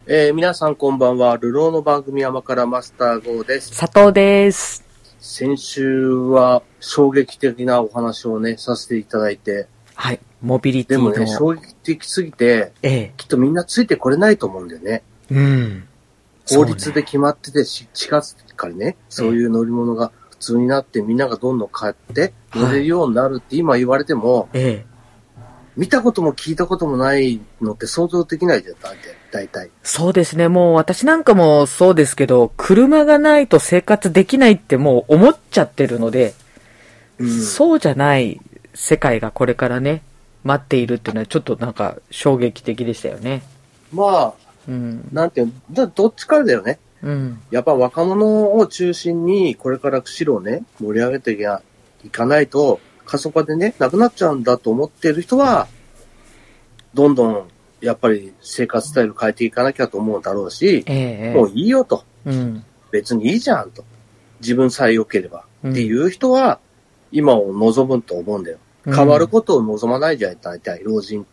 皆さんこんばんは。流浪の番組山からマスター号です。 佐藤です。 先週は衝撃的なお話をね、させていただいて。 はい。モビリティの。 でもね、衝撃的すぎて、きっとみんなついてこれないと思うんだよね。 うん。 法律で決まってて、4月からね、そういう乗り物が普通になってみんながどんどん買って乗れるようになるって今言われても、見たことも聞いたこともないのって想像できないじゃん、大体。 そうですね。もう私なんかもそうですけど、車がないと生活できないってもう思っちゃってるので、そうじゃない世界がこれからね、待っているっていうのはちょっとなんか衝撃的でしたよね。 まあ、なんていうの、どっちからだよね。やっぱ若者を中心にこれから釧路をね、盛り上げていかないと、過疎化でね、なくなっちゃうんだと思っている人は、どんどんやっぱり生活スタイル変えていかなきゃと思うだろうし、もういいよと、別にいいじゃんと、自分さえ良ければ、っていう人は今を望むと思うんだよ。変わることを望まないじゃん、大体老人って。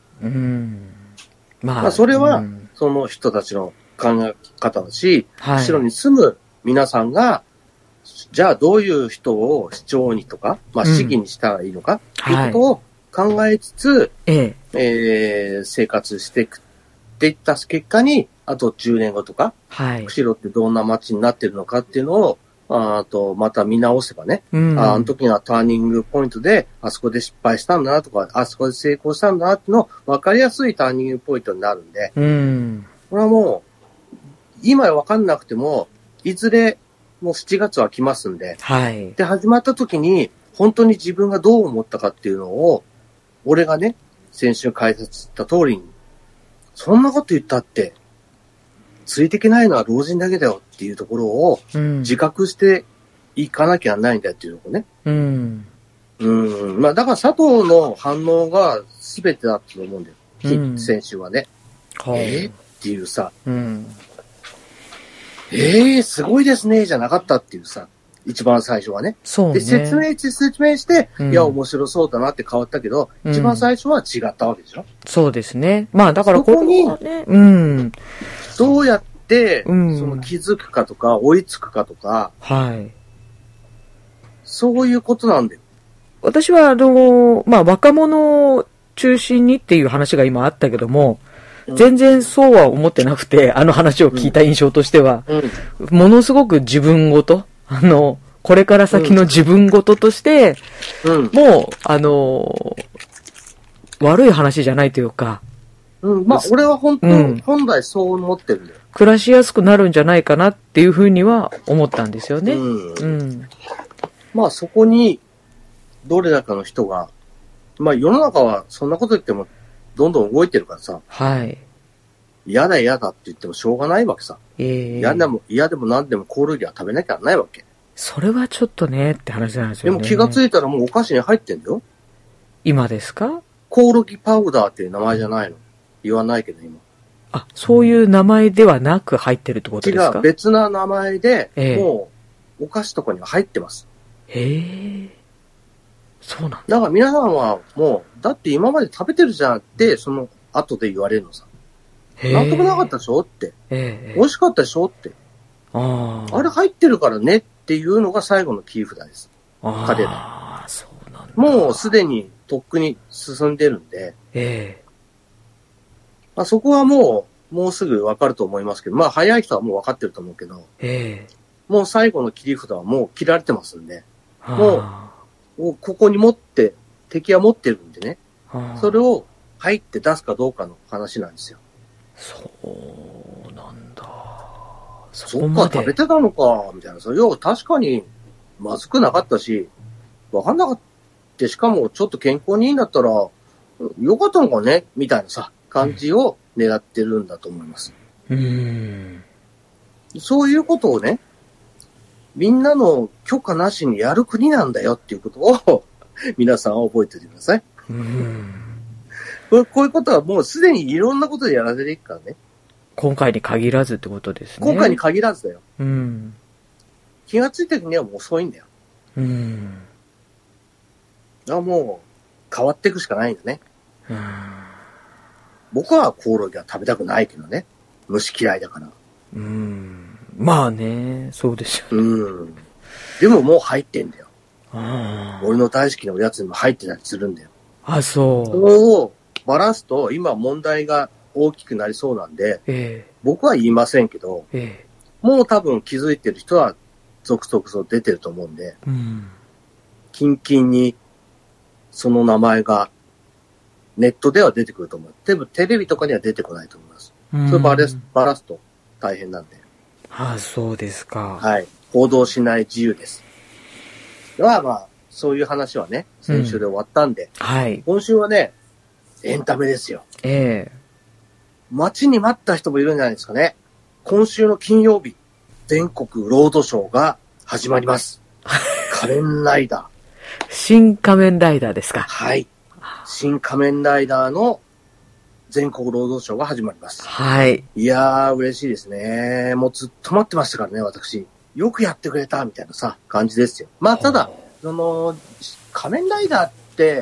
まあそれはその人たちの考え方だし、後ろに住む皆さんが、じゃあどういう人を市長にとか、まあ市議にしたらいいのか、ということを考えつつ、生活していくっていった結果に、あと10年後とか、釧路ってどんな街になってるのかっていうのを、また見直せばね、あの時がターニングポイントで、あそこで失敗したんだなとか、あそこで成功したんだなっていうのを分かりやすいターニングポイントになるんで、これはもう、今分かんなくても、いずれもう7月は来ますんで、で、始まった時に、本当に自分がどう思ったかっていうのを、俺がね、先週解説した通りに、そんなこと言ったって、ついていけないのは老人だけだよっていうところを自覚していかなきゃないんだっていうところね。まあだから佐藤の反応が全てだったと思うんだよ。先週はね。っていうさ。すごいですねじゃなかったっていうさ。一番最初はね。で、説明して、いや、面白そうだなって変わったけど、一番最初は違ったわけでしょ。 そうですね。まあ、だからここに、どうやって、その気づくかとか、追いつくかとか、そういうことなんだよ。 私は、まあ、若者を中心にっていう話が今あったけども、全然そうは思ってなくて、あの話を聞いた印象としては、ものすごく自分ごと、これから先の自分ごととして、もう、悪い話じゃないというか。 まあ、俺は本来そう思ってるんだよ。 暮らしやすくなるんじゃないかなっていうふうには思ったんですよね。 まあ、そこに、どれだけの人が、まあ、世の中はそんなこと言っても、どんどん動いてるからさ。嫌だって言ってもしょうがないわけさ。嫌でも何でもコオロギは食べなきゃないわけ。 それはちょっとねって話なんですよね。 でも気がついたらもうお菓子に入ってんだよ。 今ですか？ コオロギパウダーっていう名前じゃないの。言わないけど今。 あ、そういう名前ではなく入ってるってことですか？ 違う、別な名前で、もうお菓子とかには入ってます。 そうなんだ。 だから皆さんはもう、だって今まで食べてるじゃんって、その後で言われるのさ。なんともなかったでしょって。美味しかったでしょって。あれ入ってるからねっていうのが最後の切り札です。彼ら。 そうなんだ。 もうすでにとっくに進んでるんで。まあ、そこはもうすぐわかると思いますけど、まあ早い人はもうわかってると思うけど、もう最後の切り札はもう切られてますんで、もうここに敵は持ってるんでね、それを入って出すかどうかの話なんですよ。 そうなんだ。 そっか、食べてたのか、みたいな。要は確かにまずくなかったし、わかんなかった。しかもちょっと健康にいいんだったら、よかったのかねみたいなさ、感じを狙ってるんだと思います。そういうことをね、みんなの許可なしにやる国なんだよっていうことを皆さんは覚えておいてください。こういうことはもうすでにいろんなことでやらせていくからね。 今回に限らずってことですね。 今回に限らずだよ。気がついた時にはもう遅いんだよ。もう変わっていくしかないんだね。僕はコオロギは食べたくないけどね。 虫嫌いだから。 まあね、そうでしょう。 でももう入ってんだよ。 あ俺の大好きなおやつにも入ってたりするんだよ。 あ、そう。 それをバラすと、今問題が大きくなりそうなんで、僕は言いませんけど、もう多分気づいてる人は続々と出てると思うんで、キンキンにその名前がネットでは出てくると思う。でもテレビとかには出てこないと思います。それバラすと大変なんで。 ああ、そうですか。 はい。報道しない自由です。ではまあ、そういう話はね、先週で終わったんで、 はい。 今週はね、エンタメですよ。待ちに待った人もいるんじゃないですかね。今週の金曜日、全国ロードショーが始まります。仮面ライダー。 新仮面ライダーですか。 はい。新仮面ライダーの全国ロードショーが始まります。 はい。 いやー、嬉しいですね。もうずっと待ってましたからね、私。よくやってくれた、みたいなさ、感じですよ。まあ、ただ、仮面ライダーって、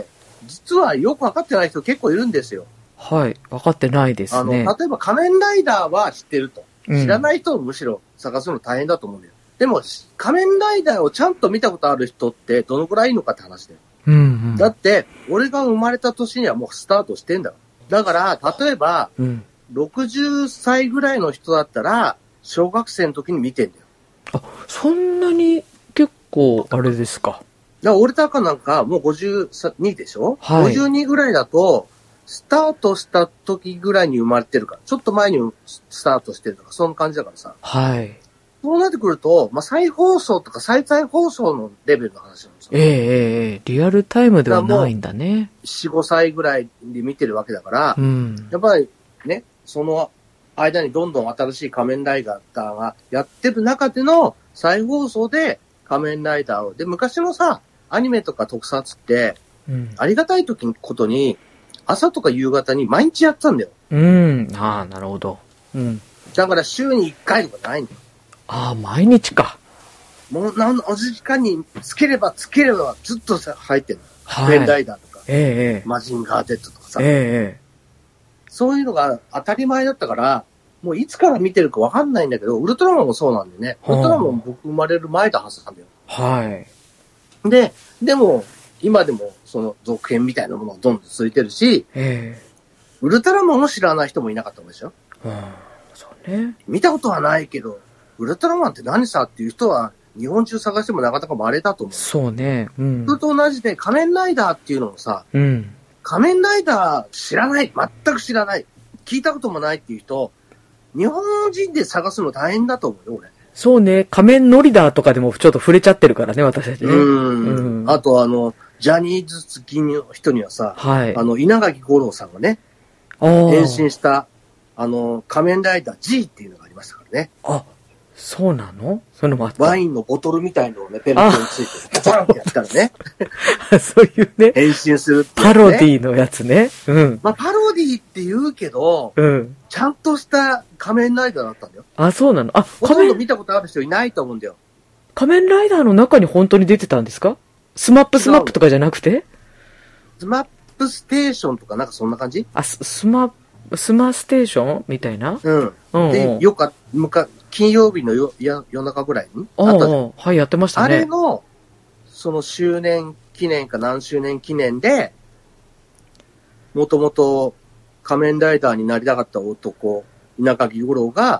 実はよくわかってない人結構いるんですよ。 はい。わかってないですね。 例えば仮面ライダーは知ってると。知らない人をむしろ探すの大変だと思うんだよ。でも、仮面ライダーをちゃんと見たことある人ってどのくらいいるのかって話だよ。だって、俺が生まれた年にはもうスタートしてんだから。だから、例えば、60歳ぐらいの人だったら、小学生の時に見てんだよ。 あ、そんなに結構、あれですか。 だから俺とかなんかもう52でしょ、はい、52ぐらいだと、スタートした時ぐらいに生まれてるから、ちょっと前にスタートしてるとか、そんな感じだからさ。 はい。 そうなってくると、まあ、再放送とか再々放送のレベルの話なんですよ。 リアルタイムではないんだね。 4、5歳ぐらいで見てるわけだから、やっぱりね、その間にどんどん新しい仮面ライダーがやってる中での再放送で仮面ライダーを、で、昔のさ、アニメとか特撮って、ありがたい時ことに、朝とか夕方に毎日やってたんだよ。 ああ、なるほど。 だから週に1回とかじゃないんだよ。 ああ、毎日か。 もうお時間につければずっと入ってるの。仮面ライダーとか、マジンガー Z とかさ、そういうのが当たり前だったから、もういつから見てるかわかんないんだけど、ウルトラマンもそうなんだよね。ウルトラマンも僕生まれる前だはずなんだよ。 はい。 でも、今でもその続編みたいなものがどんどん続いてるし、ウルトラマンを知らない人もいなかったわけでしょ。 そうね。 見たことはないけど、ウルトラマンって何さっていう人は、日本中探してもなかなか稀だと思う。 そうね。 それと同じで仮面ライダーっていうのもさ、仮面ライダー知らない、全く知らない、聞いたこともないっていう人、日本人で探すの大変だと思うよ、俺。 そうね。仮面ノリダーとかでもちょっと触れちゃってるからね、私たちね。 あとジャニーズ好きの人にはさ、稲垣吾郎さんがね、変身した、仮面ライダー G っていうのがありましたからね。 あ、そうなの？そのワインのボトルみたいのをね、ペロペロについて、バンってやったらね。 そういうね。 変身するっていう、ね。 パロディのやつね。 まあ、パロディって言うけど、ちゃんとした仮面ライダーだったんだよ。 あ、そうなの？あ、 ほとんど見たことある人いないと思うんだよ。 仮面ライダーの中に本当に出てたんですか？スマップとかじゃなくて？ スマップステーションとかなんかそんな感じ？ あ、スマステーションみたいな？ で、金曜日の夜中ぐらいにあったじゃん。はい、やってましたね。 あれの、その周年記念か何周年記念で、もともと仮面ライダーになりたかった男、稲垣吾郎が、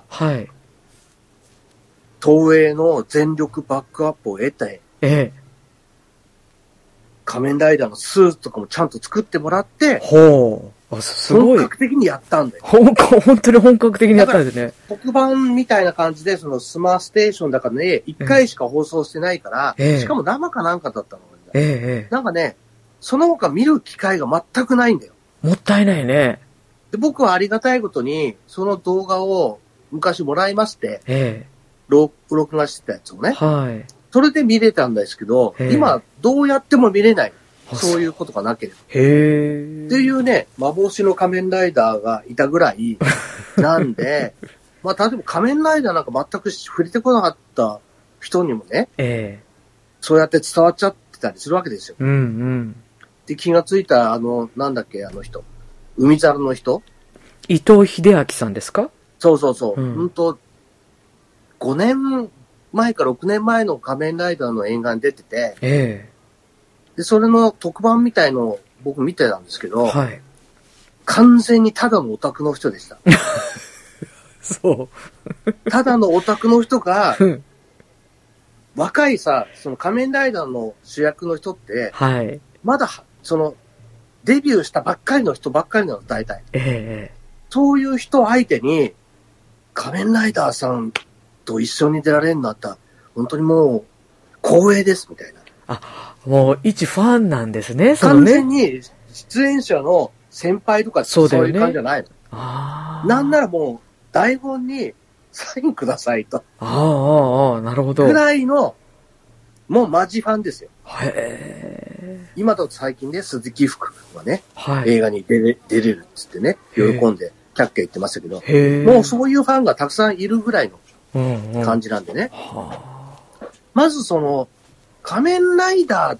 東映の全力バックアップを得て、仮面ライダーのスーツとかもちゃんと作ってもらって、すごい。本格的にやったんだよ。 本当に本格的にやったんですね。 特番みたいな感じで、そのスマステーションだからね、1回しか放送してないから、しかも生かなんかだったの。なんかね、その他見る機会が全くないんだよ。 もったいないね。 で、僕はありがたいことに、その動画を昔もらいまして、録画してたやつをね。それで見れたんですけど、今どうやっても見れない。そういうことがなければ。っていうね、幻の仮面ライダーがいたぐらいなんで、まあ、例えば仮面ライダーなんか全く触れてこなかった人にもね、そうやって伝わっちゃってたりするわけですよ。で、気がついた、なんだっけ、あの人。海猿の人？ 伊藤英明さんですか？ そうそうそう。5年前か6年前の仮面ライダーの映画に出てて、で、それの特番みたいのを僕見てたんですけど、はい、完全にただのオタクの人でした。 そう。 ただのオタクの人が、若いさ、その仮面ライダーの主役の人って、はい、まだ、その、デビューしたばっかりの人ばっかりなの、大体。そういう人相手に、仮面ライダーさんと一緒に出られるんだったら、本当にもう、光栄です、みたいな。 あ、もう、一ファンなんですね、 そのね。完全に、出演者の先輩とかそういう感じじゃないの。なんならもう、台本にサインくださいと。 なるほど。 ぐらいの、もうマジファンですよ。今だと最近ね、鈴木福君がね、映画に出れるっつってね、喜んで、キャッキャ言ってましたけど、もうそういうファンがたくさんいるぐらいの感じなんでね。まずその、仮面ライダーって、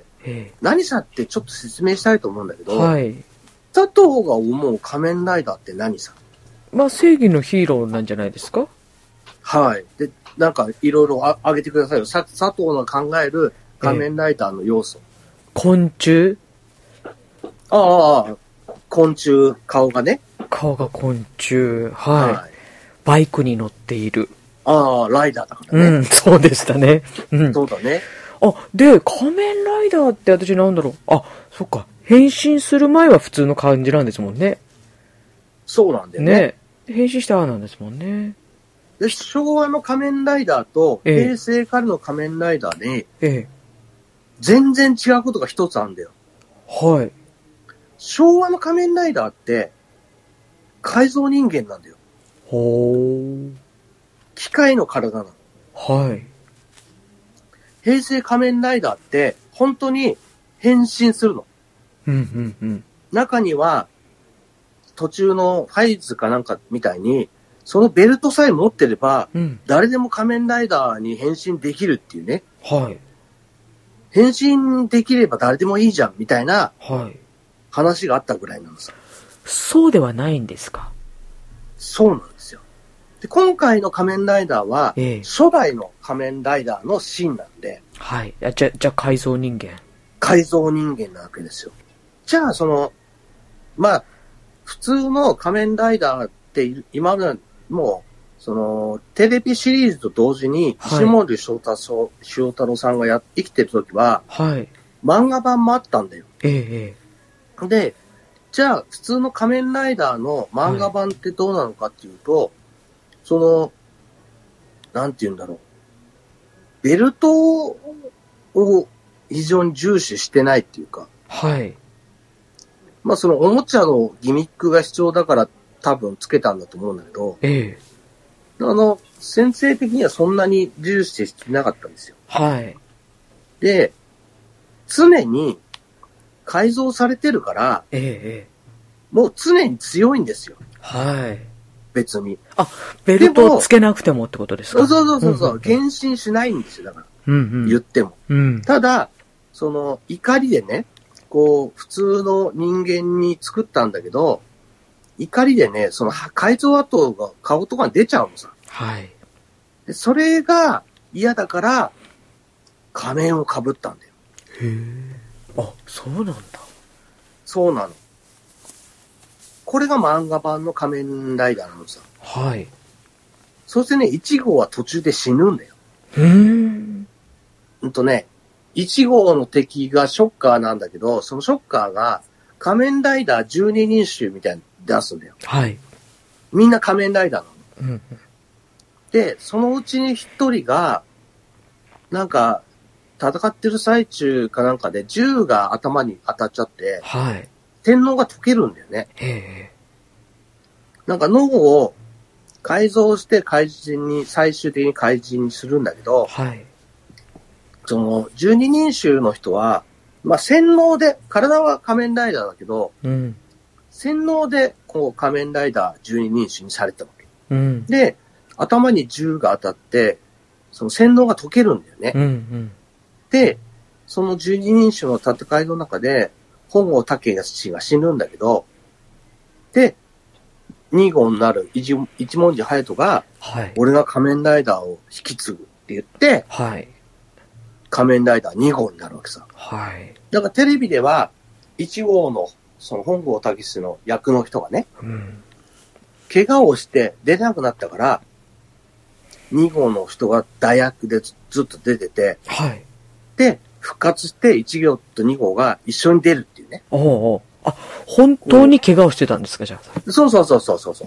何さってちょっと説明したいと思うんだけど、佐藤が思う仮面ライダーって何さ？ まあ正義のヒーローなんじゃないですか？ はい。で、なんかいろいろ挙げてくださいよ。佐藤の考える仮面ライダーの要素。 昆虫？ 昆虫、顔がね。 顔が昆虫。はい。バイクに乗っている。 ライダーだからね。 そうでしたね。 そうだね。 で、仮面ライダーって私なんだろう。そっか。変身する前は普通の感じなんですもんね。 そうなんだよね。 変身したなんですもんね。 で、昭和の仮面ライダーと平成からの仮面ライダーで、全然違うことが一つあるんだよ。 はい。 昭和の仮面ライダーって、改造人間なんだよ。機械の体なの。 はい。 平成仮面ライダーって、本当に変身するの。中には、途中のファイズかなんかみたいに、そのベルトさえ持ってれば、誰でも仮面ライダーに変身できるっていうね。はい。変身できれば誰でもいいじゃん、みたいな、話があったぐらいなんですよ。 そうではないんですか？ そうなんですよ。で、今回の仮面ライダーは、初代の仮面ライダーのシーンなんで。 はい。じゃあ改造人間。 改造人間なわけですよ。じゃあ、まあ、普通の仮面ライダーって今までもう、テレビシリーズと同時に、石森章太郎さんが生きてる時は、漫画版もあったんだよ。で、じゃあ、普通の仮面ライダーの漫画版ってどうなのかっていうと、なんて言うんだろう。ベルトを非常に重視してないっていうか。はい。まあおもちゃのギミックが必要だから多分つけたんだと思うんだけど。先生的にはそんなに重視してなかったんですよ。はい。で、常に改造されてるから、もう常に強いんですよ。はい。別に。 ベルトをつけなくてもってことですか？ そう。変身しないんですよ、だから。言っても。ただ、怒りでね、普通の人間に作ったんだけど、怒りでね、改造跡が顔とかに出ちゃうのさ。はい。でそれが嫌だから、仮面を被ったんだよ。 そうなんだ。 そうなの。これが漫画版の仮面ライダーなのさ。はい。そしてね、1号は途中で死ぬんだよ。1号の敵がショッカーなんだけど、そのショッカーが仮面ライダー12人衆みたいに出すんだよ。はい。みんな仮面ライダーなの。で、そのうちに1人が、なんか、戦ってる最中かなんかで銃が頭に当たっちゃって、はい。天皇が溶けるんだよね。なんか脳を改造して最終的に怪人にするんだけど、はい。12人衆の人は、まあ、洗脳で、体は仮面ライダーだけど、洗脳で、仮面ライダー12人衆にされたわけ。で、頭に銃が当たって、その洗脳が解けるんだよね。で、その12人衆の戦いの中で、本郷武史が死ぬんだけど、で、 2号になる一文字隼人が、 はい。 俺が仮面ライダーを引き継ぐって言って、 はい。 仮面ライダー2号になるわけさ。 はい。 だからテレビでは、1号の、その本郷武史の役の人がね、 うん。 怪我をして出れなくなったから、2号の人が代役でずっと出てて、 はい。 で、復活して1号と2号が一緒に出るっていうね。 おうおう。あ、本当に怪我をしてたんですか、じゃあ。 そうそうそうそうそう。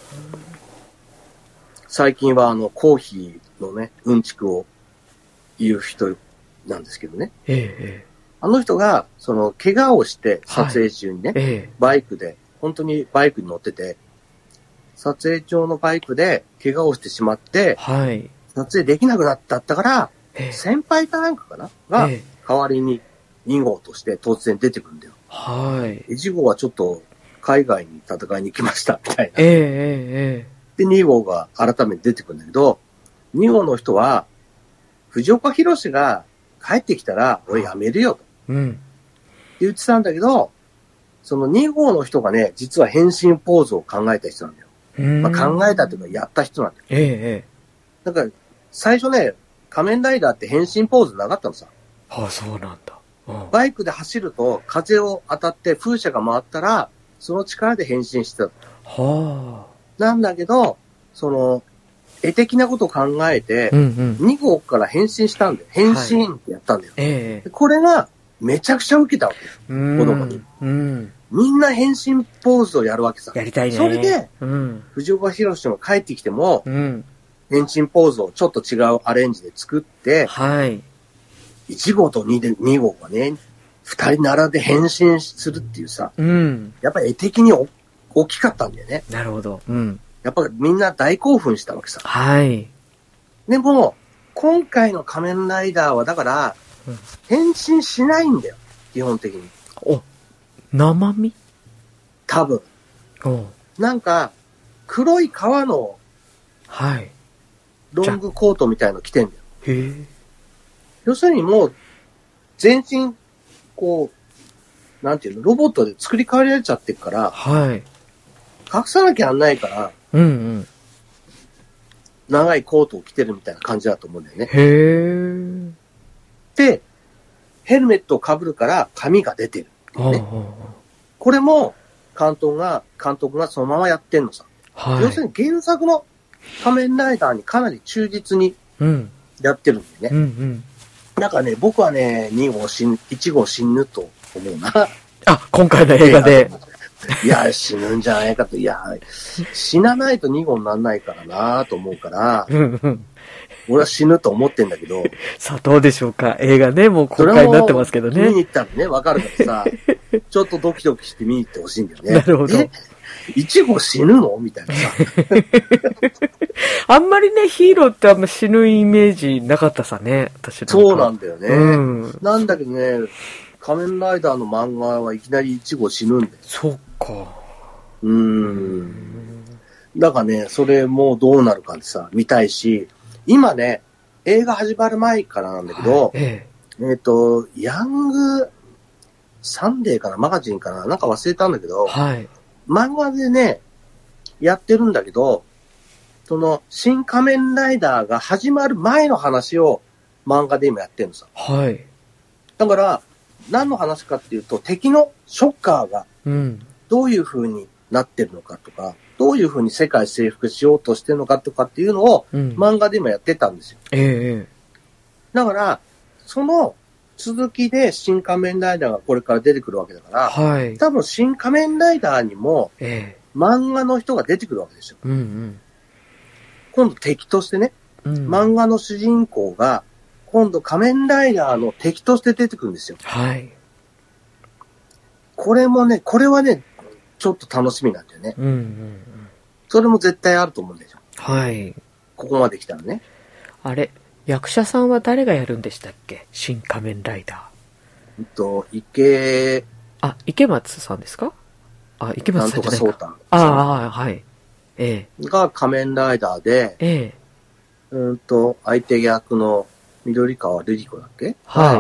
最近はコーヒーのね、うんちくを言う人なんですけどね。 ええ。 あの人が、怪我をして撮影中にね、 はい、ええ、 バイクで、本当にバイクに乗ってて、撮影中のバイクで怪我をしてしまって、 はい。 撮影できなくなったから、 ええ、 先輩かなんかかなが、代わりに2号として突然出てくるんだよ。 はい。 1号はちょっと海外に戦いに行きました、みたいな。 ええ。 で、2号が改めて出てくるんだけど、2号の人は、藤岡弘が帰ってきたら、俺辞めるよと。 うん。 って言ってたんだけど、その2号の人がね、実は変身ポーズを考えた人なんだよ。まあ、考えたというか、やった人なんだよ。 ええ。 だから、最初ね、仮面ライダーって変身ポーズなかったのさ。 ああ、そうなんだ。 バイクで走ると、風を当たって風車が回ったら、その力で変身してた。 はあ。 なんだけど、絵的なことを考えて、2号から変身したんだよ。変身ってやったんだよ。 ええ。 これが、めちゃくちゃ受けたわけよ。子供に。みんな変身ポーズをやるわけさ。 やりたいね。 それで、藤岡弘が帰ってきても、変身ポーズをちょっと違うアレンジで作って、 はい。 1号と2号がね、2人並んで変身するっていうさ、やっぱり絵的に大きかったんだよね。 なるほど。 やっぱりみんな大興奮したわけさ。 はい。 でも、今回の仮面ライダーはだから、変身しないんだよ。基本的に。 お、生身？ 多分。なんか、黒い革の、 はい。 ロングコートみたいの着てんだよ。 へえ。 要するにもう、全身、こう、なんていうの、ロボットで作り変わられちゃってるから、 はい。 隠さなきゃなんないから、長いコートを着てるみたいな感じだと思うんだよね。 へえ。で、ヘルメットを被るから髪が出てる、ね。これも、監督がそのままやってんのさ。はい、要するに原作の仮面ライダーにかなり忠実にやってるんだよね。だからね、僕はね、1号死ぬと思うな。 あ、今回の映画で。 いや、死ぬんじゃないかと。いや、死なないと2号にならないからなと思うから、俺は死ぬと思ってんだけど。 さあ、どうでしょうか。映画ね、もう公開になってますけどね。 見に行ったらね、わかるからさ、ちょっとドキドキして見に行ってほしいんだよね。 なるほど。 1号死ぬのみたいなさ。 あんまりね、ヒーローってあんま死ぬイメージなかったさね、私なんか。 そうなんだよね。なんだけどね、仮面ライダーの漫画はいきなり1号死ぬんだよ。 そっか。 だからね、それもどうなるかってさ、見たいし、今ね、映画始まる前からなんだけど、ヤングサンデーかな、マガジンかな、なんか忘れたんだけど、漫画でね、やってるんだけど、その、新仮面ライダーが始まる前の話を漫画で今やってるのさ。だから、何の話かっていうと、敵のショッカーが、どういう風になってるのかとか、どういう風に世界征服しようとしてるのかとかっていうのを、漫画で今やってたんですよ。だから、その続きで新仮面ライダーがこれから出てくるわけだから、多分新仮面ライダーにも、漫画の人が出てくるわけですよ。今度敵としてね、漫画の主人公が、今度仮面ライダーの敵として出てくるんですよ。これはね、ちょっと楽しみなんだよね。それも絶対あると思うんですよ。ここまで来たらね。 あれ、役者さんは誰がやるんでしたっけ？新仮面ライダー。 池松さんですか？池松さんじゃないか。 なんとかそうはい。 が仮面ライダーで、相手役の緑川瑠璃子だっけ？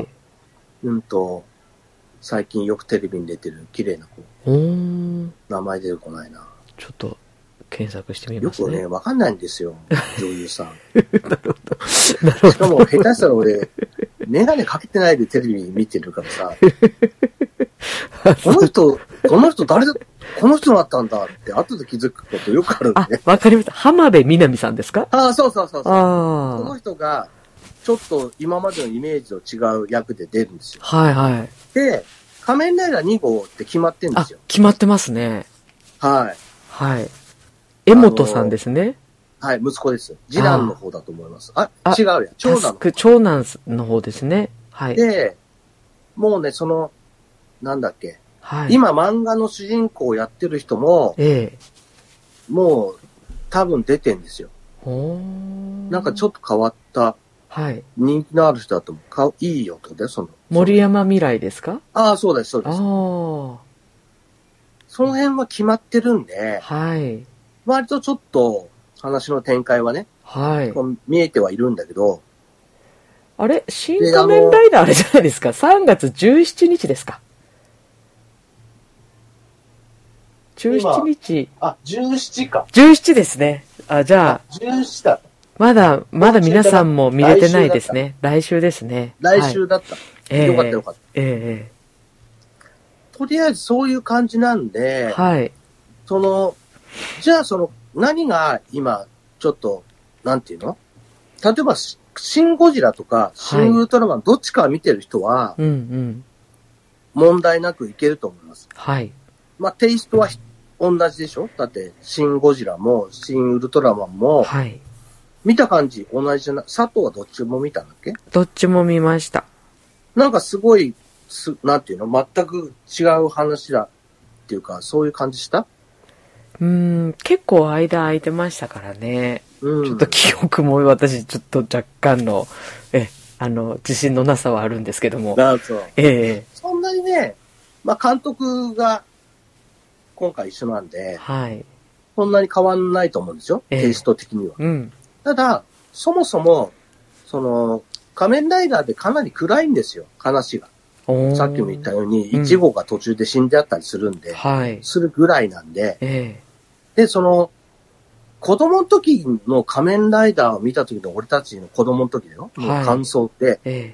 最近よくテレビに出てる綺麗な子。名前出てこないな。 ちょっと、 検索してみますね。 よくね、わかんないんですよ。女優さん。 なるほど。なるほど。 しかも、下手したら俺、メガネかけてないでテレビ見てるからさ、この人誰だ、この人だったんだって後で気づくことよくあるんで。 わかりました。浜辺美波さんですか？ そう。そああ。 の人が、ちょっと今までのイメージと違う役で出るんですよ。 はいはい。 で、仮面ライダー2号って決まってるんですよ。 決まってますね。 はい。 はい。江本さんですね。 はい、息子です。次男の方だと思います。違うや。長男の。 長男の方ですね。はい。 で、もうね、なんだっけ。 はい。 今漫画の主人公をやってる人も、もう多分出てんですよ。なんかちょっと変わった、はい。人気のある人だと思う。いいよってことで、 森山未来ですか？ そうです、そうです。その辺は決まってるんで、はい。割とちょっと話の展開はね、はい。見えてはいるんだけど、 あれ新仮面ライダーあれじゃないですか ?3 月17日ですか？17日。 17か。 17ですね。じゃあ。 17だ。 まだ皆さんも見れてないですね。来週ですね。 来週だった。よかったよかった。とりあえずそういう感じなんで、はい。じゃあ何が今、ちょっと、なんていうの？例えば、シン・ゴジラとか、シン・ウルトラマン、どっちか見てる人は、問題なくいけると思います。はい。まあ、テイストは同じでしょ？だって、シン・ゴジラも、シン・ウルトラマンも、はい。見た感じ同じじゃない？佐藤はどっちも見たんだっけ？ どっちも見ました。 なんかすごい、なんていうの？全く違う話だっていうか、そういう感じした？ 結構間空いてましたからね。ちょっと記憶も私、ちょっと若干の、自信のなさはあるんですけども。 そう。そんなにね、まあ、監督が今回一緒なんで、はい。そんなに変わんないと思うんですよ。テイスト的には。ただ、そもそも、仮面ライダーでかなり暗いんですよ、話が。さっきも言ったように、1号が途中で死んであったりするんで、するぐらいなんで、で、子供の時の仮面ライダーを見た時の俺たちの子供の時だよ、の感想って、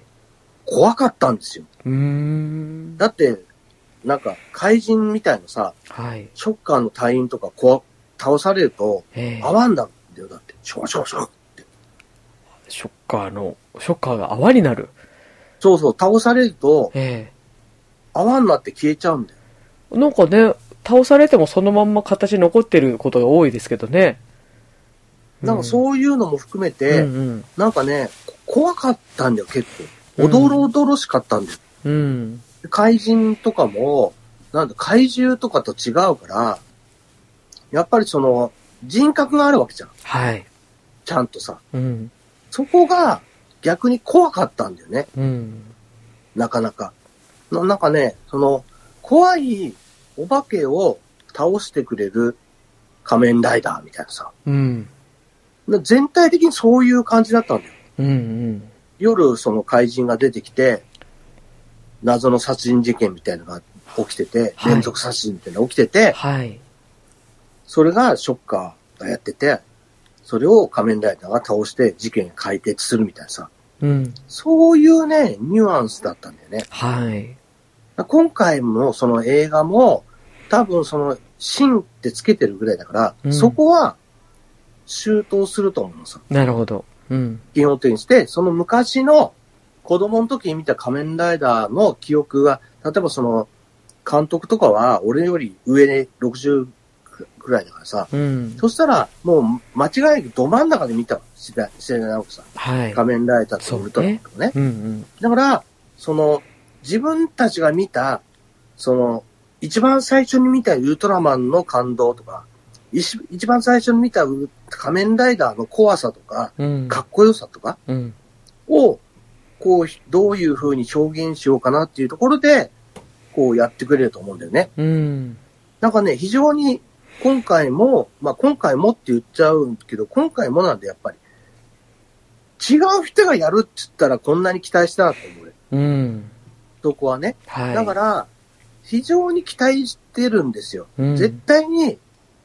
怖かったんですよ。だって、なんか怪人みたいなさ、ショッカーの隊員とか倒されると、泡になるんだよ、だって。ショッって。 ショッカーが泡になる。 そうそう、倒されると、泡になって消えちゃうんだよ。 なんかね、倒されてもそのまんま形残ってることが多いですけどね。 なんかそういうのも含めて、なんかね、怖かったんだよ、結構。おどろおどろしかったんだよ。怪人とかも、なんだ、怪獣とかと違うから、やっぱり人格があるわけじゃん。はい。ちゃんとさ。そこが逆に怖かったんだよね。なかなか。なんかね、怖いお化けを倒してくれる仮面ライダーみたいなさ。全体的にそういう感じだったんだよ。夜、怪人が出てきて、謎の殺人事件みたいなのが起きてて、連続殺人みたいなのが起きてて、それがショッカーがやってて、それを仮面ライダーが倒して事件解決するみたいなさ。そういうね、ニュアンスだったんだよね。はい。今回のその映画も、多分芯ってつけてるぐらいだから、そこは、周到すると思うのさ。 なるほど。 基本的にして、その昔の子供の時に見た仮面ライダーの記憶が、例えば監督とかは俺より上で60くらいだからさ、そしたらもう間違いなくど真ん中で見た世代なわけさ、仮面ライダーとウルトラマンとかね。だから、自分たちが見た、一番最初に見たウルトラマンの感動とか、一番最初に見た仮面ライダーの怖さとか、かっこよさとかを、どういう風に表現しようかなっていうところで、やってくれると思うんだよね。なんかね、非常に今回もって言っちゃうけど、今回もなんでやっぱり、違う人がやるって言ったらこんなに期待したなと思う。そこはね。だから、非常に期待してるんですよ。絶対に、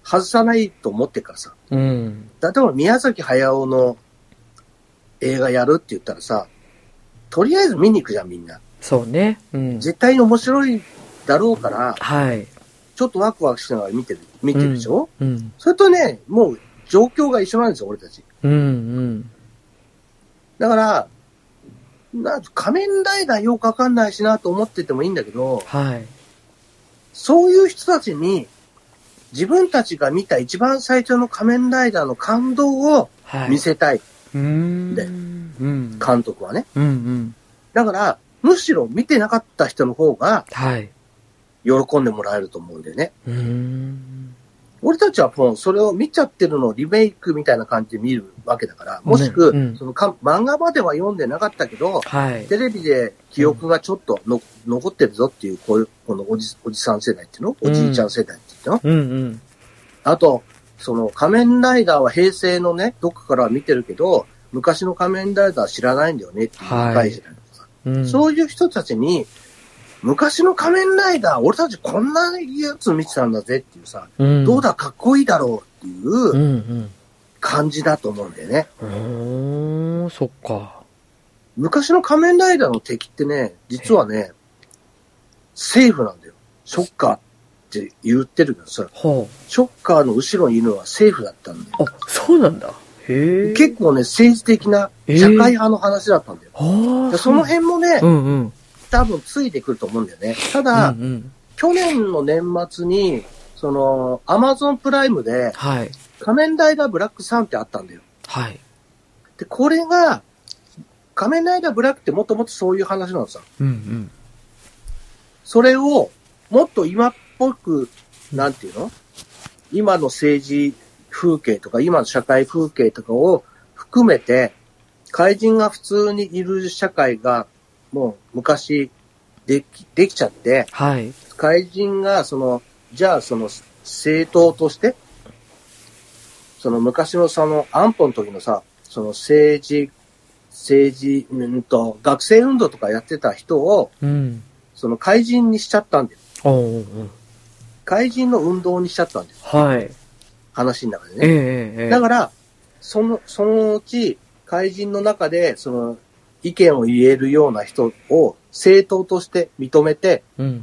外さないと思ってるからさ。 うん。 例えば宮崎駿の映画やるって言ったらさ、とりあえず見に行くじゃん、みんな。 そうね。うん。 絶対に面白いだろうから、 はい。 ちょっとワクワクしながら見てるでしょ、 うん。 それとね、もう状況が一緒なんですよ、俺たち。 うんうん。 だから、仮面ライダーよくわかんないしなと思っててもいいんだけど、 はい。 そういう人たちに、自分たちが見た一番最初の仮面ライダーの感動を見せたい。 で、 監督はね。 うんうん。 だから、むしろ見てなかった人の方が、 はい。 喜んでもらえると思うんだよね。俺たちはもうそれを見ちゃってるのをリメイクみたいな感じで見るわけだから、もしく、漫画までは読んでなかったけど、 はい、 テレビで記憶がちょっと残ってるぞっていう、このおじさん世代っていうの、おじいちゃん世代って言っての、あと、その仮面ライダーは平成のね、どっかからは見てるけど、昔の仮面ライダーは知らないんだよねっていう若い世代とか、そういう人たちに、昔の仮面ライダー、俺たちこんなやつ見てたんだぜっていうさ、どうだかっこいいだろうっていう感じだと思うんだよね。 そっか。 昔の仮面ライダーの敵ってね、実はね、セーフなんだよ。ショッカーって言ってるけどさ、ショッカーの後ろにいるのはセーフだったんだよ。 あ、そうなんだ。へ結構ね、政治的な社会派の話だったんだよ。その辺もね、多分ついてくると思うんだよね。ただ、去年の年末に、その、アマゾンプライムで、仮面ライダーブラック3ってあったんだよ。はい。で、これが、仮面ライダーブラックってもともとそういう話なのさ。それを、もっと今っぽく、なんていうの？今の政治風景とか、今の社会風景とかを含めて、怪人が普通にいる社会が、もう昔できちゃって、はい、怪人がじゃあその政党として、その昔の安保の時のさ、その政治、学生運動とかやってた人を、その怪人にしちゃったんだよ。怪人の運動にしちゃったんだよ。はい。話の中でね。だから、そのうち、怪人の中で、意見を言えるような人を政党として認めて、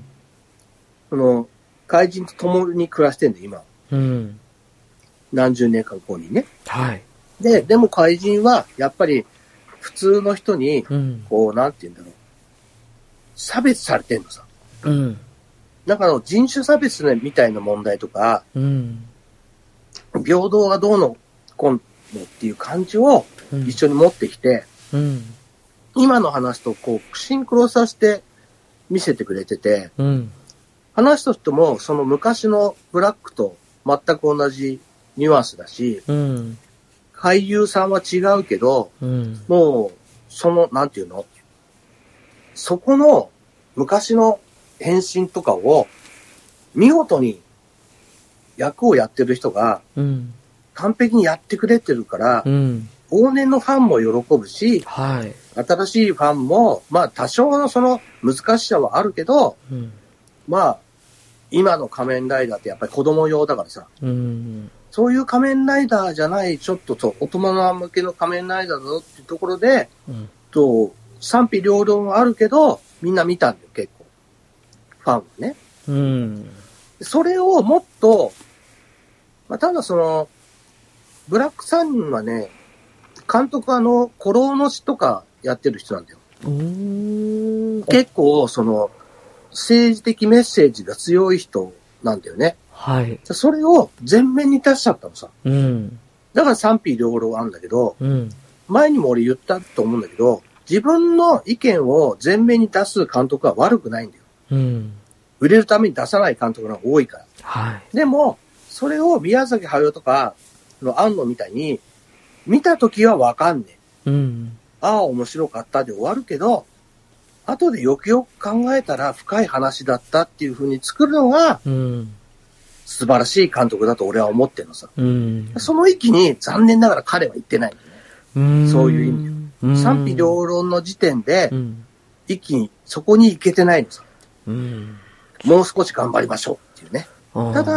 怪人と共に暮らしてんだよ、今。何十年間後にね。はい。でも怪人は、やっぱり、普通の人に、なんて言うんだろう。差別されてんのさ。だから人種差別みたいな問題とか、平等がどうのこうのっていう感じを一緒に持ってきて、今の話とシンクロさせて見せてくれてて、話としてもその昔のブラックと全く同じニュアンスだし、俳優さんは違うけど、もうなんていうの、そこの昔の変身とかを見事に役をやってる人が完璧にやってくれてるから、往年のファンも喜ぶし、新しいファンも、まあ多少の難しさはあるけど、まあ今の仮面ライダーってやっぱり子供用だからさ、そういう仮面ライダーじゃない、ちょっと大人向けの仮面ライダーだぞっていうところで、賛否両論あるけど、みんな見たんだよ、結構。ファンはね。それをもっと、まあ、ただブラックさんはね、監督古老の死とかやってる人なんだよ。結構、政治的メッセージが強い人なんだよね。はい。それを前面に出しちゃったのさ。だから賛否両論あるんだけど、前にも俺言ったと思うんだけど、自分の意見を前面に出す監督は悪くないんだよ。売れるために出さない監督が多いから。はい。でも、それを宮崎駿とか、庵野みたいに、見たときはわかんねえ。ああ、面白かったで終わるけど、後でよくよく考えたら深い話だったっていう風に作るのが、素晴らしい監督だと俺は思ってるのさ。その域に残念ながら彼は言ってないんだよね。そういう意味で。賛否両論の時点で、一気にそこに行けてないのさ。もう少し頑張りましょうっていうね。ただ、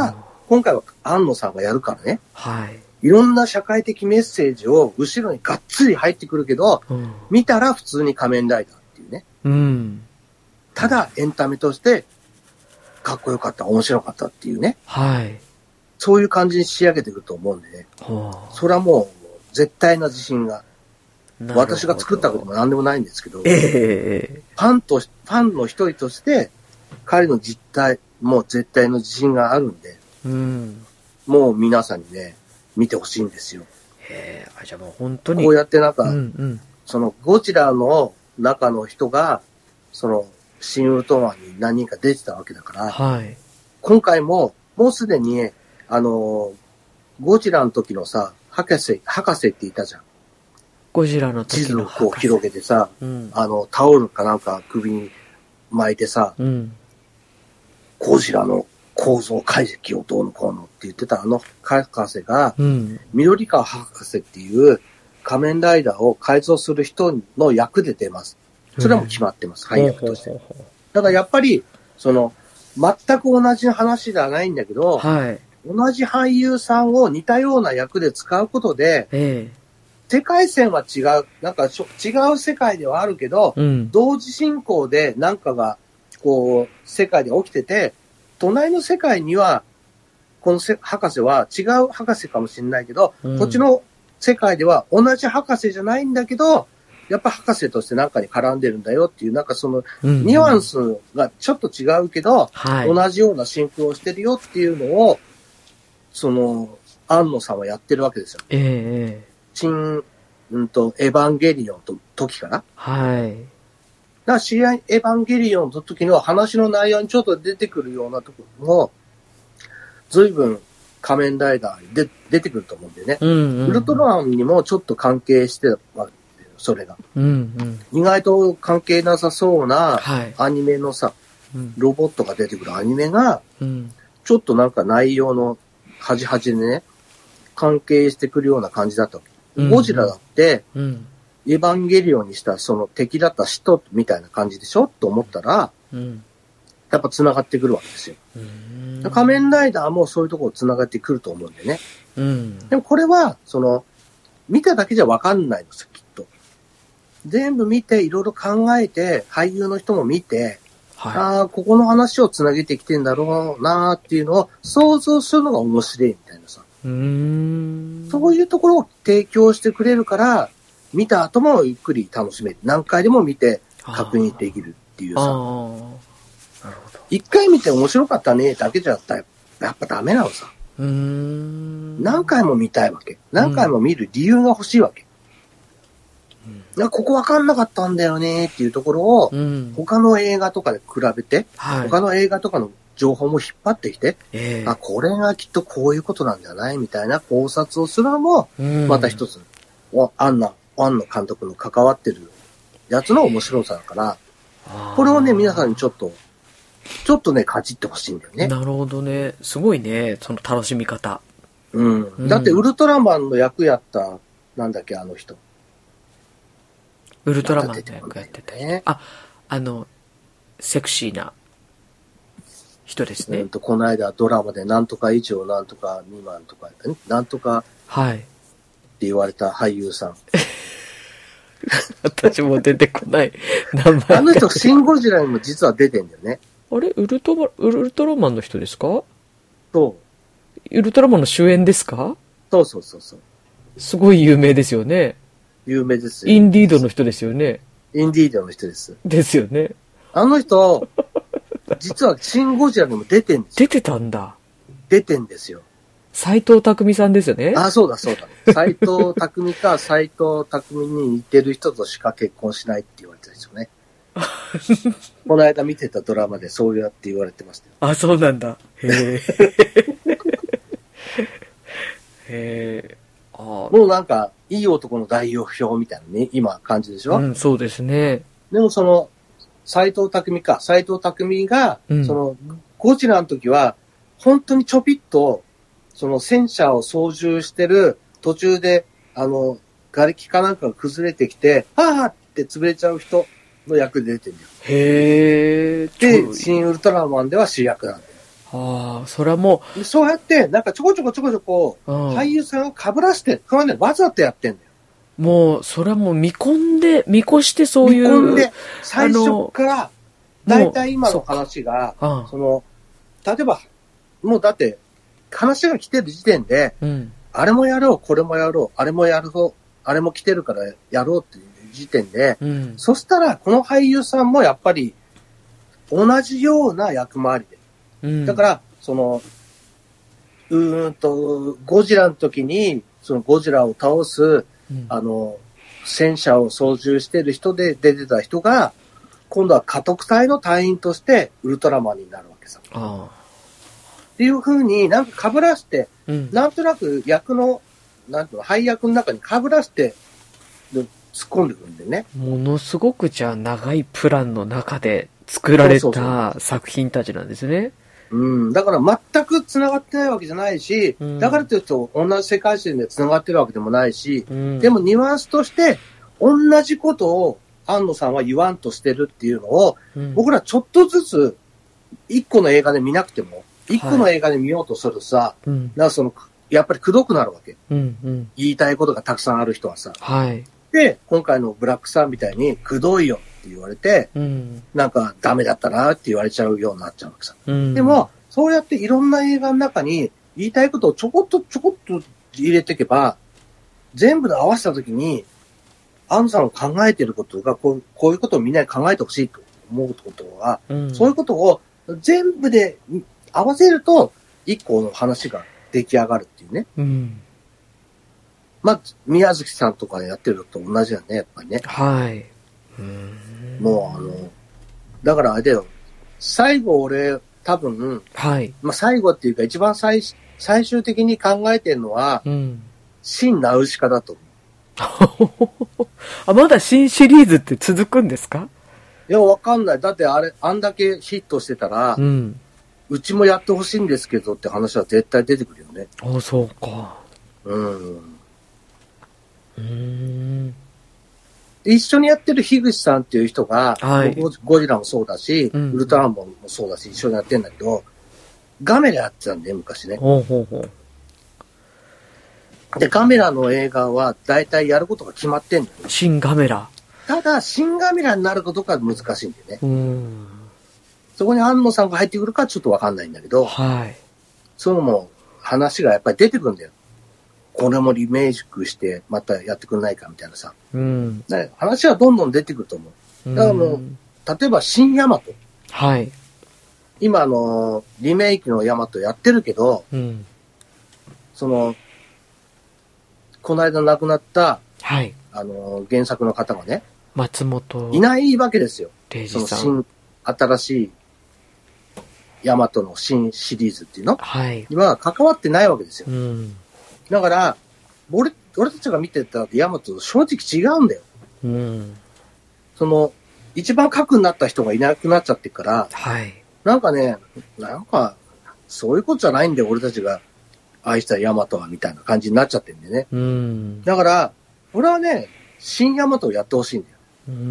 今回は庵野さんがやるからね。 はい。 いろんな社会的メッセージを後ろにがっつり入ってくるけど、見たら普通に仮面ライダーっていうね。ただエンタメとしてかっこよかった、面白かったっていうね。 はい。 そういう感じに仕上げていくと思うんでね。それはもう絶対な自信が。私が作ったことも何でもないんですけど、ファンの一人として彼の実態、もう絶対の自信があるんで、もう皆さんにね、見てほしいんですよ。 じゃあもう本当に。 こうやってなんか、そのゴジラの中の人が、その、新ウルトラマンに何人か出てたわけだから、はい、今回も、もうすでに、ゴジラの時のさ、博士っていたじゃん。 ゴジラの時の地図をこう広げてさ、タオルかなんか首に巻いてさ、ゴジラの構造解析をどうのこうのって言ってた博士が、緑川博士っていう仮面ライダーを改造する人の役で出ます。それはもう決まってます、配役として。だからやっぱり、その、全く同じ話ではないんだけど、同じ俳優さんを似たような役で使うことで、世界線は違う、なんか違う世界ではあるけど、同時進行でなんかが、こう、世界で起きてて、隣の世界には、この博士は違う博士かもしれないけど、こっちの世界では同じ博士じゃないんだけど、やっぱ博士としてなんかに絡んでるんだよっていう、なんかその、ニュアンスがちょっと違うけど、同じようなシンクロをしてるよっていうのを、その、庵野さんはやってるわけですよ。エヴァンゲリオンの時から。はい。エヴァンゲリオンの時の話の内容にちょっと出てくるようなところも、随分仮面ライダーに出てくると思うんでね。ウルトラマンにもちょっと関係してたわけよ、それが。意外と関係なさそうなアニメのさ、ロボットが出てくるアニメが、ちょっとなんか内容の端々でね、関係してくるような感じだったわけ。ゴジラだって、エヴァンゲリオンにしたその敵だった人みたいな感じでしょと思ったら、やっぱ繋がってくるわけですよ。仮面ライダーもそういうところ繋がってくると思うんでね。でもこれは、その、見ただけじゃわかんないんですよ、きっと。全部見て、いろいろ考えて、俳優の人も見て、ここの話を繋げてきてんだろうなっていうのを想像するのが面白いみたいなさ。そういうところを提供してくれるから、見た後もゆっくり楽しめる。何回でも見て確認できるっていうさ。一回見て面白かったねだけじゃやっぱダメなのさ。何回も見たいわけ。何回も見る理由が欲しいわけ。ここ分かんなかったんだよねっていうところを、他の映画とかで比べて、他の映画とかの情報も引っ張ってきて、これがきっとこういうことなんじゃないみたいな考察をするのも、また一つ、庵野監督の関わってるやつの面白さだから、これをね、皆さんにちょっとね、かじってほしいんだよね。 なるほどね。すごいね、その楽しみ方。 だってウルトラマンの役やった、なんだっけ、あの人。 ウルトラマンの役やってたね。セクシーな人ですね。 この間ドラマでなんとか以上なんとか未満とか、なんとかって言われた俳優さん。 私も出てこない名前。 あの人、シン・ゴジラにも実は出てんだよね。 あれウルトラマンの人ですか？ そう。 ウルトラマンの主演ですか？ そう。 すごい有名ですよね。 有名ですよ。 インディードの人ですよね。 インディードの人です。 ですよね。 あの人、実はシン・ゴジラにも出てんですよ。 出てたんだ。 出てんですよ。 斎藤工さんですよね。 そうだ。斎藤工か斎藤工に似てる人としか結婚しないって言われてるんですよね。この間見てたドラマでそうやって言われてましたよ。 そうなんだ。 もうなんか、いい男の代表みたいなね、今感じでしょ？ そうですね。 でもその、斎藤工が、その、ゴジラの時は、本当にちょぴっと、その戦車を操縦してる途中で、瓦礫かなんかが崩れてきて、って潰れちゃう人の役で出てるんだよ。で、新ウルトラマンでは主役なんだよ。 ああ、それはもう。そうやって、なんかちょこちょこ、俳優さんを被らして、これはね、わざとやってんだよ。 もう、それはもう見越してそういう。 見込んで、最初から、だいたい今の話が、例えば、もうだって、話が来てる時点で、あれもやろう、これもやろう、あれもやろう、あれも来てるからやろうっていう時点で、そしたら、この俳優さんもやっぱり、同じような役回りで。だから、ゴジラの時に、そのゴジラを倒す、戦車を操縦してる人で出てた人が、今度は家督隊の隊員としてウルトラマンになるわけさ。っていう風になんか被らして、なんとなく配役の中に被らして突っ込んでくるんでね。 ものすごくじゃあ長いプランの中で作られた作品たちなんですね。 だから全く繋がってないわけじゃないし、だからというと同じ世界線で繋がってるわけでもないし、でもニュアンスとして同じことを庵野さんは言わんとしてるっていうのを、僕らちょっとずつ一個の映画で見なくても、一個の映画で見ようとするとさ、やっぱりくどくなるわけ。言いたいことがたくさんある人はさ。で、今回のブラックさんみたいにくどいよって言われて、なんかダメだったなって言われちゃうようになっちゃうわけさ。でも、そうやっていろんな映画の中に言いたいことをちょこっと入れていけば、全部で合わせたときに、庵野さんが考えていることがこういうことをみんなに考えてほしいと思うことは、そういうことを全部で合わせると、一個の話が出来上がるっていうね。まあ、宮崎さんとかやってるのと同じだね、やっぱりね。もうだからあれだよ。最後俺、多分、まあ最後っていうか一番最終的に考えてるのは、新ナウシカだと思う。 まだ新シリーズって続くんですか？ いや、わかんない。だってあんだけヒットしてたら、うちもやってほしいんですけどって話は絶対出てくるよね。 そうか。 一緒にやってる樋口さんっていう人が、ゴジラもそうだし、ウルトラマンもそうだし、一緒にやってんだけど、ガメラやってたんだよ、昔ね。で、ガメラの映画は大体やることが決まってんだよね。 新ガメラ。 ただ、新ガメラになることが難しいんだよね。そこに庵野さんが入ってくるかちょっとわかんないんだけど、そのも話がやっぱり出てくるんだよ。これもリメイクしてまたやってくんないかみたいなさ。話はどんどん出てくると思う。だからもう、例えば新ヤマト。今リメイクのヤマトやってるけど、この間亡くなった、原作の方がね、 松本いないわけですよ。 零士さん。 新しいヤマトの新シリーズっていうの、今は関わってないわけですよ。だから、俺たちが見てたヤマトと正直違うんだよ。一番核になった人がいなくなっちゃってるから、なんかね、そういうことじゃないんだよ、俺たちが愛したヤマトは、みたいな感じになっちゃってるんでね。だから、俺はね、新ヤマトをやってほしいんだよ。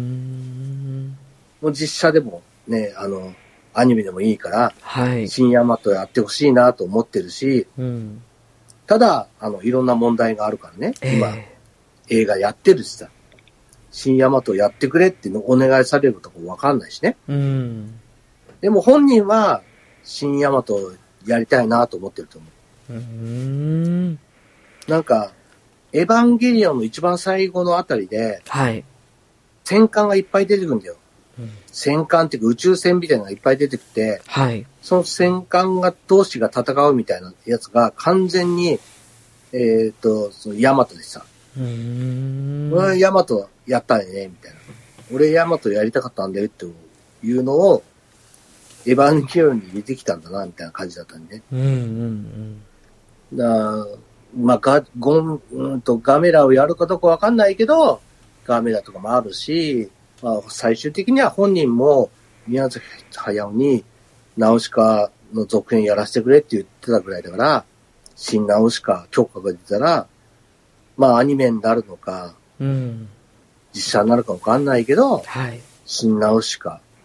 もう実写でもね、アニメでもいいから、新ヤマトやってほしいなと思ってるし、ただ、いろんな問題があるからね、今、映画やってるしさ、新ヤマトやってくれってお願いされるとこわかんないしね。でも本人は、新ヤマトやりたいなと思ってると思う。なんか、エヴァンゲリオンの一番最後のあたりで、戦艦がいっぱい出てくるんだよ。戦艦っていうか宇宙船みたいなのがいっぱい出てきて、その戦艦同士が戦うみたいなやつが完全に、そのヤマトでさ、俺はヤマトやったんやね、みたいな。俺ヤマトやりたかったんだよっていうのを、エヴァンゲリオンに入れてきたんだな、みたいな感じだったんでね。まあ、ガメラをやるかどうかわかんないけど、ガメラとかもあるし、まあ、最終的には本人も宮崎駿にナウシカの続編やらせてくれって言ってたぐらいだから、新ナウシカ許可が出たら、まあアニメになるのか、実写になるかわかんないけど、新ナウシカ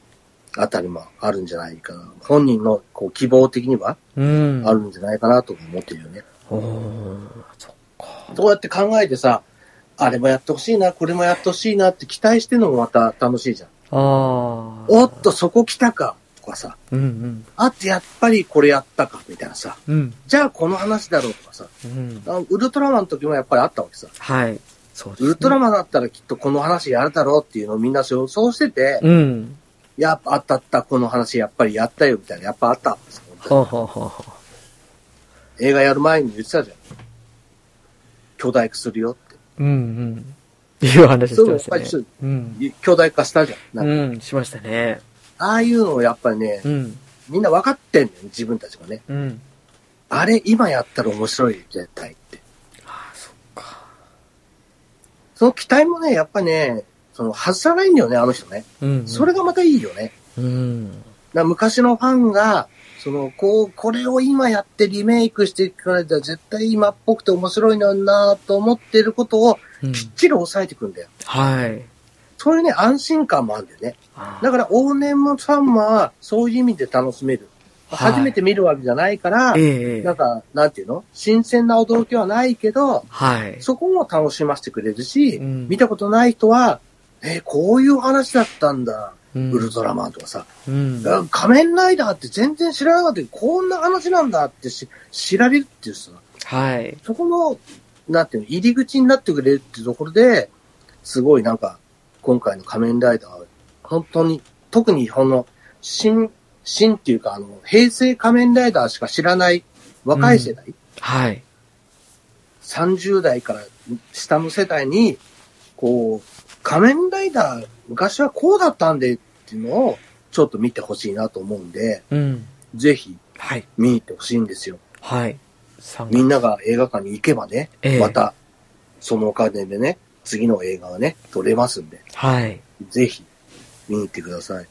あたりもあるんじゃないかな。本人のこう希望的には、あるんじゃないかなと思ってるよね。そっか。そうやって考えてさ、あれもやってほしいな、これもやってほしいなって期待してるのもまた楽しいじゃん。おっと、そこ来たか、とかさ。あってやっぱりこれやったか、みたいなさ。じゃあこの話だろうとかさ。ウルトラマンの時もやっぱりあったわけさ。 はい。そうですね。 ウルトラマンだったらきっとこの話やるだろうっていうのをみんな予想してて、やっぱあった、この話やっぱりやったよ、みたいな。やっぱあったんですよ。映画やる前に言ってたじゃん。巨大化するよって。 いう話してましたね。 巨大化したじゃん。 しましたね。 ああいうのをやっぱりね、みんな分かってんのよ、自分たちがね。あれ、今やったら面白い、絶対って。 そっか。 その期待もね、やっぱね、外さないんだよね、あの人ね。それがまたいいよね。昔のファンが、これを今やってリメイクしていかれたら絶対今っぽくて面白いのになと思ってることをきっちり抑えていくんだよ。 はい。 そういうね、安心感もあるんだよね。だから往年のファンはそういう意味で楽しめる。初めて見るわけじゃないから、なんか、なんていうの？新鮮な驚きはないけど、そこも楽しませてくれるし、見たことない人は、こういう話だったんだ。ウルトラマンとかさ、仮面ライダーって全然知らなかったけど、こんな話なんだって知られるっていうさ、そこの、なんていうの、入り口になってくれるっていうところで、すごいなんか、今回の仮面ライダーは、本当に、特に新っていうか、平成仮面ライダーしか知らない若い世代、30代から下の世代に、こう、仮面ライダー、昔はこうだったんでっていうのを、ちょっと見てほしいなと思うんで、ぜひ、見に行ってほしいんですよ。みんなが映画館に行けばね、また、そのお金でね、次の映画はね、撮れますんで、ぜひ、見に行ってください。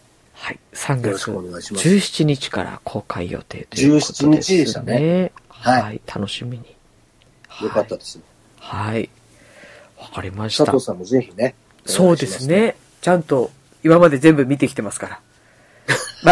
3月17日から公開予定ということですね。17日でしたね。楽しみに。 よかったです。 わかりました。 佐藤さんもぜひね。 そうですね。ちゃんと今まで全部見てきてますから。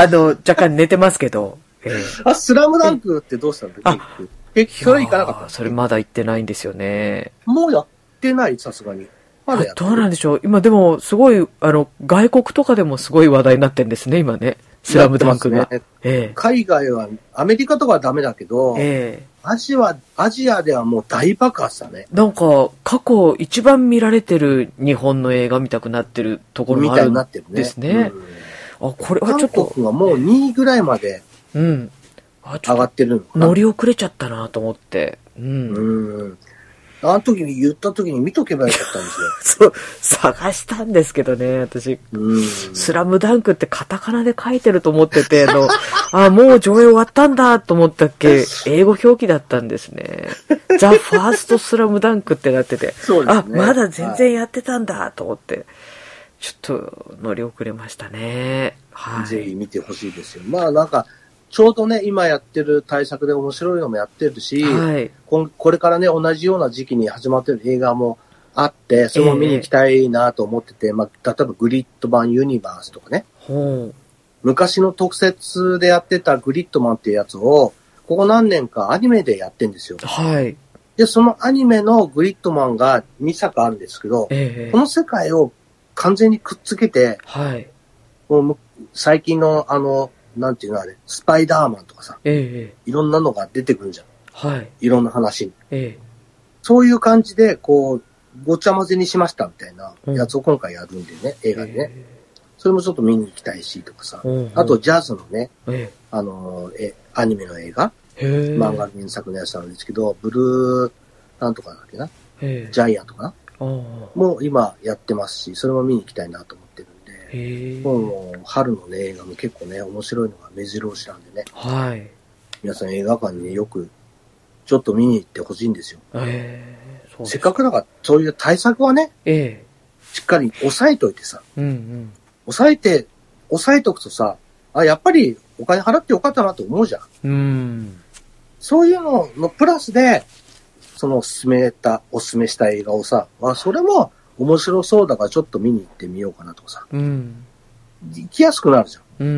若干寝てますけど。 スラムダンクってどうしたんだっけ？結局それ行かなかった。 それまだ行ってないんですよね。 もうやってない？さすがに。まだやってどうなんでしょう。今でもすごい、外国とかでもすごい話題になってんですね、今ね。スラムダンクが。 海外は、アメリカとかはダメだけど、アジアではもう大爆発だね。 なんか、過去一番見られてる日本の映画見たくなってるところもあるんですね。これはちょっと。 韓国がもう2位ぐらいまで上がってるのかな。 乗り遅れちゃったなと思って。 あの時に言った時に見とけばよかったんですよ。 そう、探したんですけどね、私。スラムダンクってカタカナで書いてると思ってて、もう上映終わったんだと思ったっけ、英語表記だったんですね。ザ・ファースト・スラムダンクってなってて、まだ全然やってたんだと思って、ちょっと乗り遅れましたね。 ぜひ見てほしいですよ。まあなんか、ちょうどね、今やってる対策で面白いのもやってるし、これからね、同じような時期に始まってる映画もあって、それも見に行きたいなと思ってて、例えばグリッド版ユニバースとかね、昔の特設でやってたグリッドマンっていうやつを、ここ何年かアニメでやってんですよ。で、そのアニメのグリッドマンが2作あるんですけど、この世界を完全にくっつけて、もう最近のなんていうのあれ、スパイダーマンとかさ、いろんなのが出てくるじゃん。いろんな話に。そういう感じで、こう、ごちゃ混ぜにしましたみたいなやつを今回やるんでね、映画でね。それもちょっと見に行きたいしとかさ。あと、ジャズのね、アニメの映画、漫画原作のやつなんですけど、ブルー、なんとかだっけな、ジャイアントかなもう今やってますし、それも見に行きたいなと思ってる。もう春の、ね、映画も結構ね、面白いのが目白押しなんでね。皆さん映画館にね、よく、ちょっと見に行ってほしいんですよ。せっかくだから、そういう対策はね、しっかり抑えといてさ、抑えとくとさ、やっぱりお金払ってよかったなと思うじゃん。そういうののプラスで、おすすめした映画をさ、それも、面白そうだからちょっと見に行ってみようかなとかさ。行きやすくなるじゃん。 うんうん。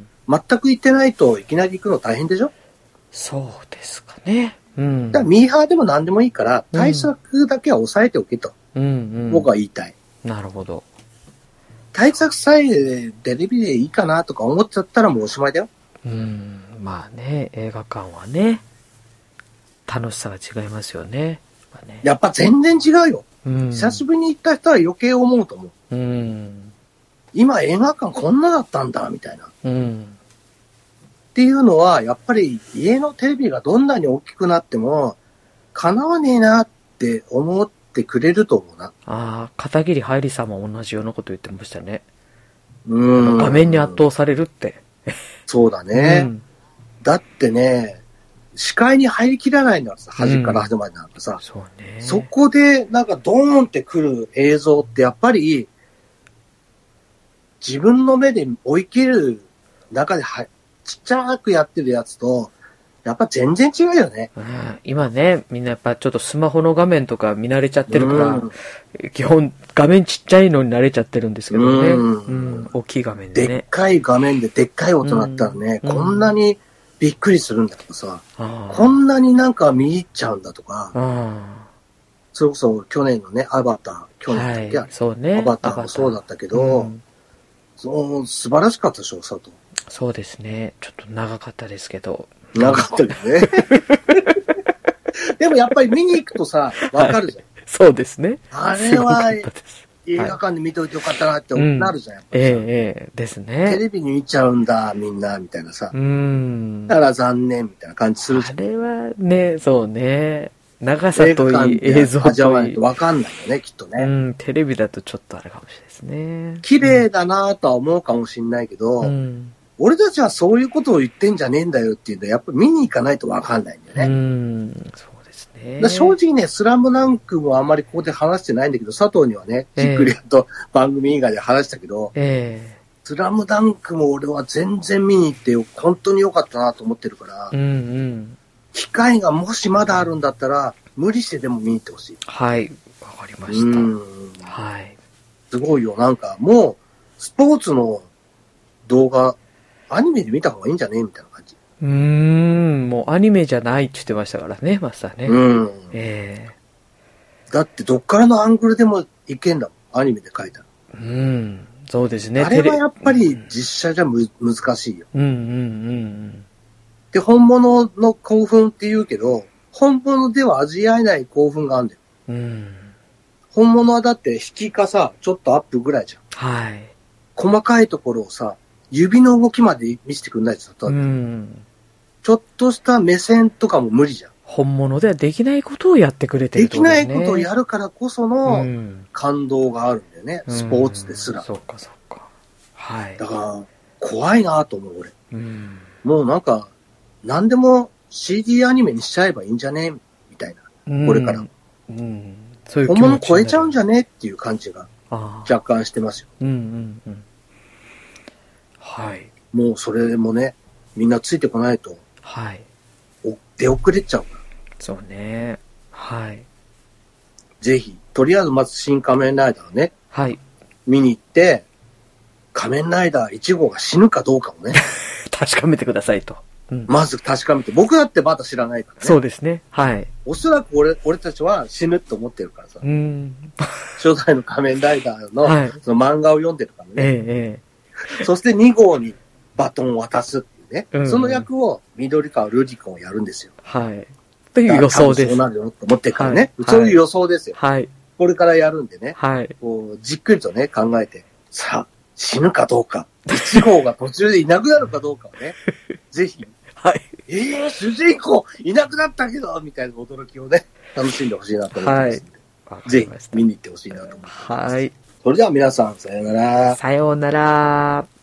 全く行ってないといきなり行くの大変でしょ？ そうですかね。うん。 だからミーハーでも何でもいいから、対策だけは抑えておけと。 うんうん。 僕は言いたい。 なるほど。 対策さえテレビでいいかなとか思っちゃったらもうおしまいだよ。 まあね、映画館はね、楽しさが違いますよね。まあね、 やっぱ全然違うよ。久しぶりに行った人は余計思うと思う。今映画館こんなだったんだ、みたいな。っていうのは、やっぱり家のテレビがどんなに大きくなっても、叶わねえなって思ってくれると思うな。ああ、片桐はいりさんも同じようなこと言ってましたね。画面に圧倒されるって。 そうだね。だってね、視界に入りきらないんだからさ、端から端までなんかさ。 そうね。 そこでなんかドーンってくる映像ってやっぱり、自分の目で追い切る中でちっちゃくやってるやつと、やっぱ全然違うよね。 今ね、みんなやっぱちょっとスマホの画面とか見慣れちゃってるから、基本画面ちっちゃいのに慣れちゃってるんですけどね。大きい画面でね。 でっかい画面ででっかい音鳴ったらね、こんなにびっくりするんだけどさ、こんなになんか見入っちゃうんだとか、それこそ去年のね、アバター、去年だっけ、 そうね。 アバターもそうだったけど、素晴らしかったでしょ、佐藤。 そうですね。ちょっと長かったですけど。 長かったけどね。でもやっぱり見に行くとさ、わかるじゃん。 そうですね。 あれは映画館で見といてよかったなってなるじゃん、やっぱり。 ですね。 テレビに見ちゃうんだ、みんな、みたいなさ。だから残念、みたいな感じするじゃん。 あれはね、そうね。長さといい、映像といい。 わかんないよね、きっとね。 テレビだとちょっとあれかもしれないですね。 綺麗だなとは思うかもしれないけど、俺たちはそういうことを言ってんじゃねえんだよっていうんで、やっぱ見に行かないとわかんないんだよね。 そうですね。 正直ね、スラムダンクもあんまりここで話してないんだけど、佐藤にはね、じっくりと番組以外で話したけど、スラムダンクも俺は全然見に行って本当に良かったなと思ってるから、機会がもしまだあるんだったら、無理してでも見に行ってほしい。 はい、わかりました。はい。 すごいよ、なんかもう、スポーツの動画、アニメで見た方がいいんじゃねえみたいな感じ。 もうアニメじゃないって言ってましたからね、マスターね。 だってどっからのアングルでもいけんだもん、アニメで書いたら。 そうですね。 あれはやっぱり実写じゃ難しいよ。で、本物の興奮って言うけど、本物では味わえない興奮があるんだよ。本物はだって引きかさ、ちょっとアップぐらいじゃん。はい。細かいところをさ、指の動きまで見せてくんないですよ。ちょっとした目線とかも無理じゃん。 本物ではできないことをやってくれてるってことですね。 できないことをやるからこその感動があるんだよね。スポーツですら。 そっかそっか。はい。 だから、怖いなと思う、俺。もうなんか、何でも CD アニメにしちゃえばいいんじゃねみたいな。これから。そういう本物超えちゃうんじゃねっていう感じが若干してますよ。はい。もうそれもね、みんなついてこないと。はい。出遅れちゃうから。 そうね。はい。 ぜひ、とりあえずまず新仮面ライダーをね。 はい。 見に行って、仮面ライダー1号が死ぬかどうかをね。 確かめてくださいと。 まず確かめて。僕だってまだ知らないからね。 そうですね。はい。 おそらく俺たちは死ぬと思ってるからさ。初代の仮面ライダーの、その漫画を読んでるからね。そして2号にバトンを渡すっていうね。その役を緑川瑠璃子をやるんですよ。はい。 という予想です。 そうなるよと思ってるからね。そういう予想ですよ。はい。これからやるんでね。はい。こう、じっくりとね、考えて、さあ、死ぬかどうか。1号が途中でいなくなるかどうかをね。ぜひ。はい。主人公いなくなったけどみたいな驚きをね、楽しんでほしいなと思ってますので。ぜひ見に行ってほしいなと思ってます。はい。それでは皆さん、さようなら。 さようなら。